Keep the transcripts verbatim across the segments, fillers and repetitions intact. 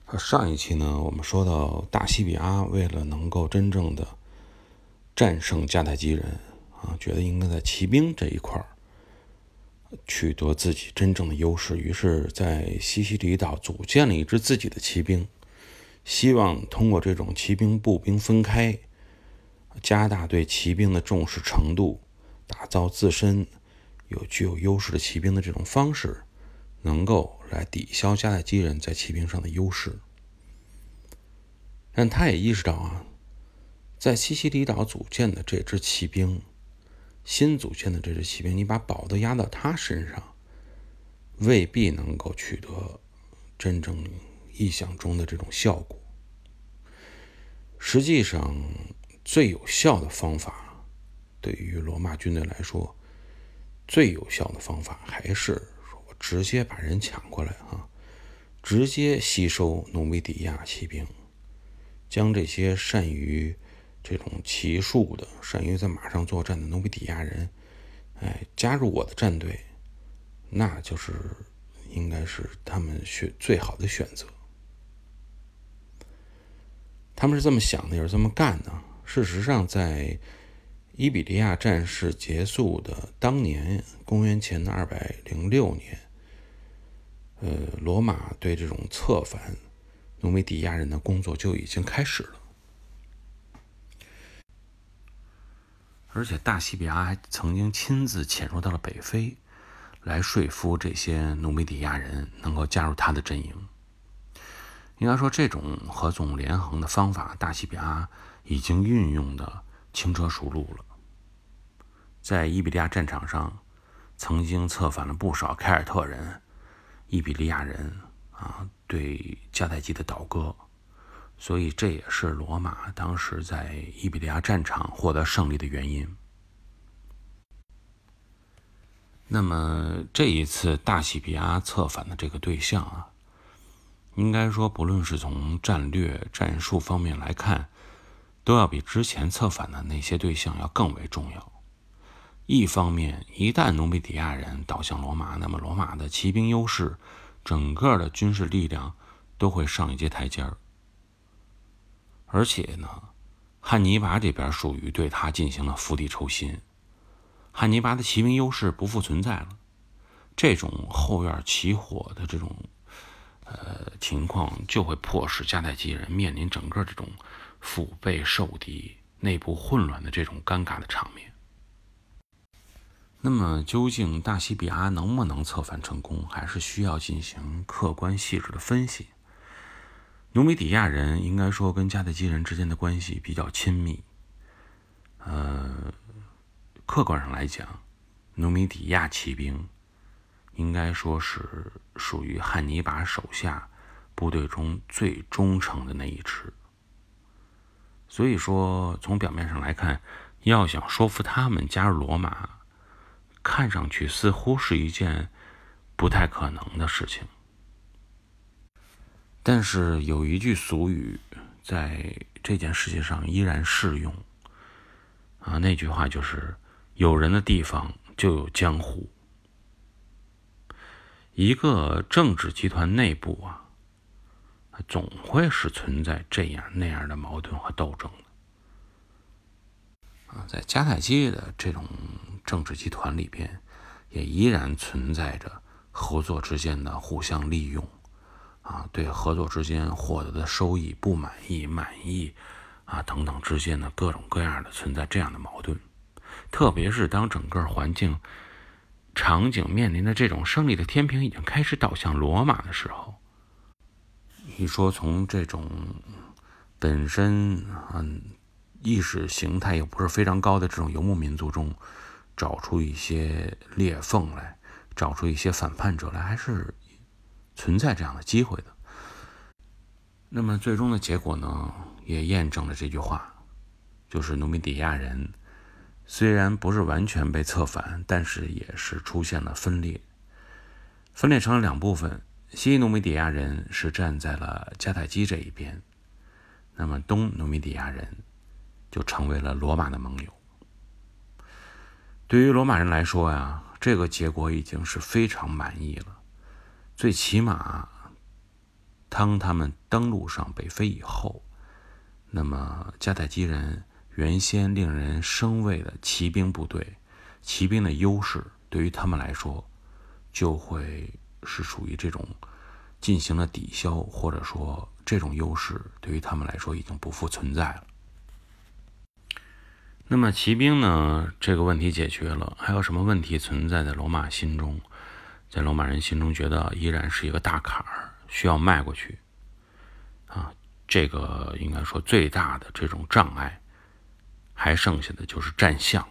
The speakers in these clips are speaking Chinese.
上一期呢，我们说到大西比阿为了能够真正的战胜迦太基人啊，觉得应该在骑兵这一块取得自己真正的优势，于是在西西里岛组建了一支自己的骑兵，希望通过这种骑兵步兵分开，加大对骑兵的重视程度，打造自身有具有优势的骑兵的这种方式，能够来抵消迦太基人在骑兵上的优势。但他也意识到啊，在西西里岛组建的这支骑兵，新组建的这支骑兵，你把宝都压到他身上，未必能够取得真正意想中的这种效果。实际上，最有效的方法，对于罗马军队来说，最有效的方法还是说直接把人抢过来啊，直接吸收努米底亚骑兵，将这些善于这种骑术的、善于在马上作战的努米底亚人，哎，加入我的战队，那就是应该是他们选最好的选择。他们是这么想的，也是这么干的。事实上，在伊比利亚战事结束的当年，公元前的二百零六年，呃，罗马对这种策反努米底亚人的工作就已经开始了。而且大西比阿还曾经亲自潜入到了北非，来说服这些努米底亚人能够加入他的阵营。应该说，这种合纵连横的方法，大西比阿已经运用的轻车熟路了。在伊比利亚战场上，曾经策反了不少凯尔特人、伊比利亚人啊，对迦太基的倒戈。所以这也是罗马当时在伊比利亚战场获得胜利的原因。那么这一次大西比阿策反的这个对象啊，应该说不论是从战略战术方面来看，都要比之前策反的那些对象要更为重要。一方面，一旦努米底亚人倒向罗马，那么罗马的骑兵优势，整个的军事力量都会上一阶台阶儿。而且呢，汉尼拔这边属于对他进行了釜底抽薪，汉尼拔的骑兵优势不复存在了。这种后院起火的这种呃情况，就会迫使迦太基人面临整个这种腹背受敌、内部混乱的这种尴尬的场面。那么究竟大西比阿能不能策反成功，还是需要进行客观细致的分析。努米底亚人应该说跟迦太基人之间的关系比较亲密，呃，客观上来讲，努米底亚骑兵应该说是属于汉尼拔手下部队中最忠诚的那一支。所以说，从表面上来看，要想说服他们加入罗马，看上去似乎是一件不太可能的事情。但是有一句俗语在这件事情上依然适用啊，那句话就是有人的地方就有江湖。一个政治集团内部啊，总会是存在这样那样的矛盾和斗争的啊，在迦太基的这种政治集团里边，也依然存在着合作之间的互相利用啊，对合作之间获得的收益不满意、满意啊等等之间的各种各样的存在这样的矛盾。特别是当整个环境场景面临的这种胜利的天平已经开始倒向罗马的时候，你说从这种本身嗯意识形态又不是非常高的这种游牧民族中找出一些裂缝来，找出一些反叛者来，还是存在这样的机会的。那么最终的结果呢，也验证了这句话，就是努米底亚人虽然不是完全被策反，但是也是出现了分裂，分裂成了两部分。西努米底亚人是站在了迦太基这一边，那么东努米底亚人就成为了罗马的盟友。对于罗马人来说呀，这个结果已经是非常满意了，最起码当他们登陆上北非以后，那么迦太基人原先令人生畏的骑兵部队，骑兵的优势对于他们来说就会是属于这种进行了抵消，或者说这种优势对于他们来说已经不复存在了。那么骑兵呢，这个问题解决了，还有什么问题存在在罗马心中？在罗马人心中觉得依然是一个大坎儿，需要迈过去啊。这个应该说最大的这种障碍，还剩下的就是战象。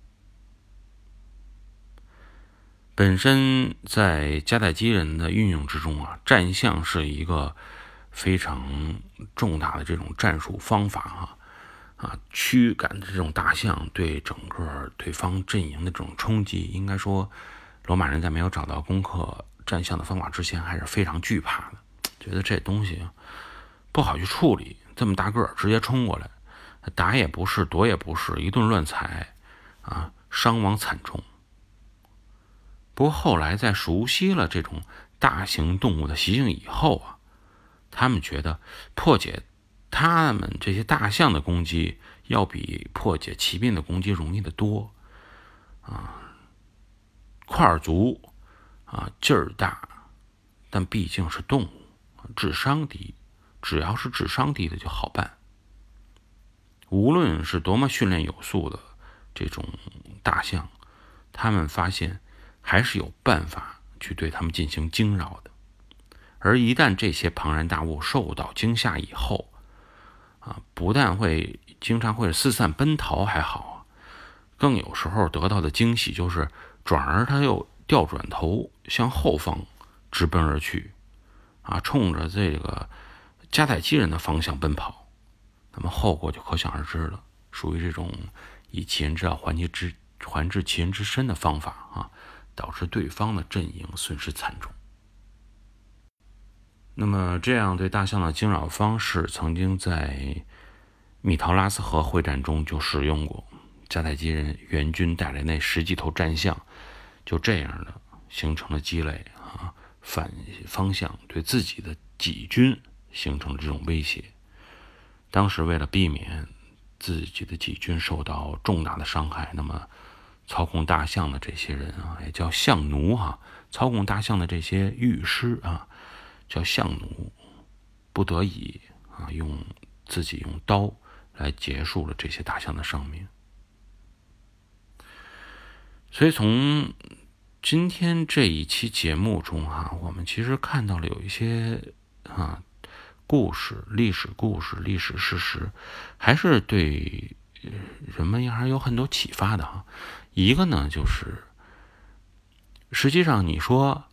本身在迦太基人的运用之中啊，战象是一个非常重大的这种战术方法啊。啊，驱赶的这种大象对整个对方阵营的这种冲击，应该说罗马人在没有找到攻克战象的方法之前还是非常惧怕的，觉得这东西不好去处理，这么大个儿直接冲过来，打也不是躲也不是，一顿乱踩啊，伤亡惨重。不过后来在熟悉了这种大型动物的习性以后啊，他们觉得破解他们这些大象的攻击要比破解骑兵的攻击容易得多啊，块儿足啊，劲儿大，但毕竟是动物，智商低，只要是智商低的就好办。无论是多么训练有素的这种大象，他们发现还是有办法去对他们进行惊扰的。而一旦这些庞然大物受到惊吓以后啊，不但会经常会四散奔逃还好，更有时候得到的惊喜就是转而他又调转头向后方直奔而去啊，冲着这个迦太基人的方向奔跑。那么后果就可想而知了，属于这种以其人之道还其之还治其人之身的方法啊，导致对方的阵营损失惨重。那么这样对大象的惊扰方式曾经在米陶拉斯河会战中就使用过，迦太基人援军带来那十几头战象就这样的形成了积累啊，反方向对自己的己军形成了这种威胁。当时为了避免自己的己军受到重大的伤害，那么操控大象的这些人啊，也叫象奴哈、啊，操控大象的这些御师啊，叫象奴，不得已啊，用自己用刀来结束了这些大象的生命。所以从今天这一期节目中哈、啊，我们其实看到了有一些啊故事、历史故事、历史事实，还是对人们还是有很多启发的哈。一个呢，就是实际上你说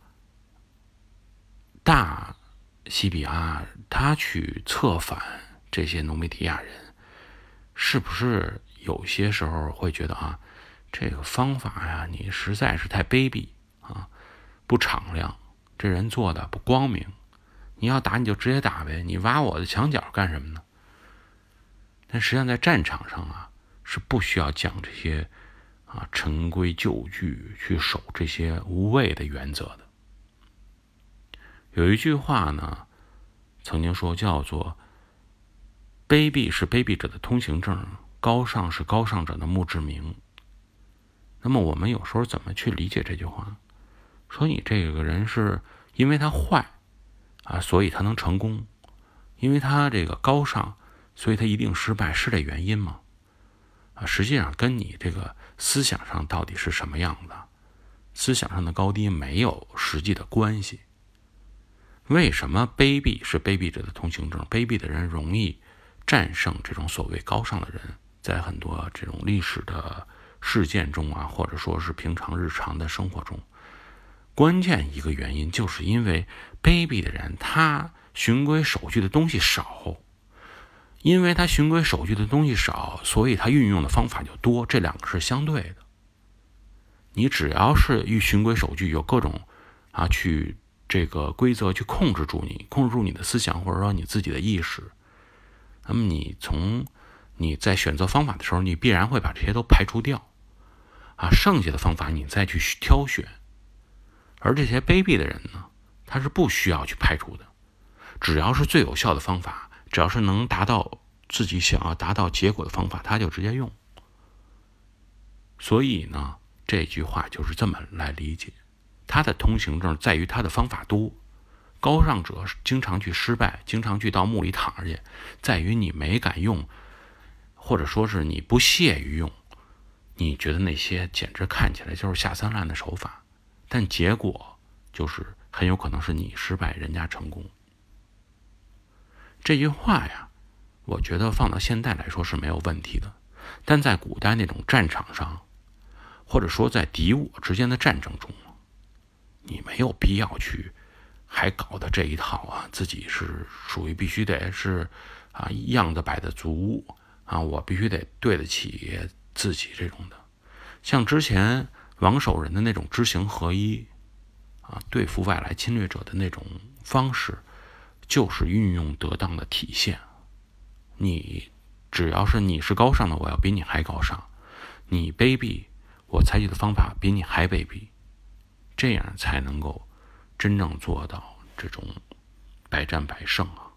大西比阿他去策反这些努米底亚人，是不是有些时候会觉得啊，这个方法呀，你实在是太卑鄙啊，不敞亮，这人做的不光明。你要打你就直接打呗，你挖我的墙角干什么呢？但实际上在战场上啊，是不需要讲这些啊陈规旧矩，去守这些无谓的原则的。有一句话呢，曾经说叫做卑鄙是卑鄙者的通行证，高尚是高尚者的墓志铭。那么我们有时候怎么去理解这句话？说你这个人是因为他坏啊，所以他能成功，因为他这个高尚，所以他一定失败，是这原因吗？啊，实际上跟你这个思想上到底是什么样的，思想上的高低没有实际的关系。为什么卑鄙是卑鄙者的通行证？卑鄙的人容易战胜这种所谓高尚的人，在很多这种历史的事件中啊，或者说是平常日常的生活中，关键一个原因就是因为卑鄙的人他循规守矩的东西少，因为他循规守矩的东西少，所以他运用的方法就多，这两个是相对的。你只要是与循规守矩，有各种啊去这个规则去控制住你，控制住你的思想，或者说你自己的意识，那么你从你在选择方法的时候，你必然会把这些都排除掉啊，剩下的方法你再去挑选。而这些卑鄙的人呢，他是不需要去排除的， 只要是最有效的方法，只要是能达到自己想要达到结果的方法，他就直接用。所以呢，这句话就是这么来理解。他的通行证在于他的方法多，高尚者经常去失败，经常去到墓里躺着去，在于你没敢用，或者说是你不屑于用，你觉得那些简直看起来就是下三滥的手法，但结果就是很有可能是你失败，人家成功。这句话呀，我觉得放到现代来说是没有问题的，但在古代那种战场上，或者说在敌我之间的战争中，你没有必要去还搞的这一套啊，自己是属于必须得是啊样子摆的足啊，我必须得对得起自己这种的。像之前王守仁的那种知行合一啊，对付外来侵略者的那种方式，就是运用得当的体现。你只要是你是高尚的，我要比你还高尚；你卑鄙，我采取的方法比你还卑鄙。这样才能够真正做到这种百战百胜啊。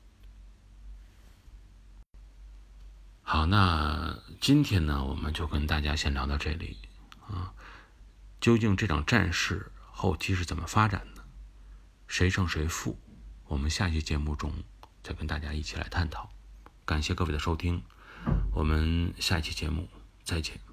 好，那今天呢，我们就跟大家先聊到这里啊。究竟这场战事后期是怎么发展的？谁胜谁负？我们下期节目中再跟大家一起来探讨。感谢各位的收听，我们下期节目再见。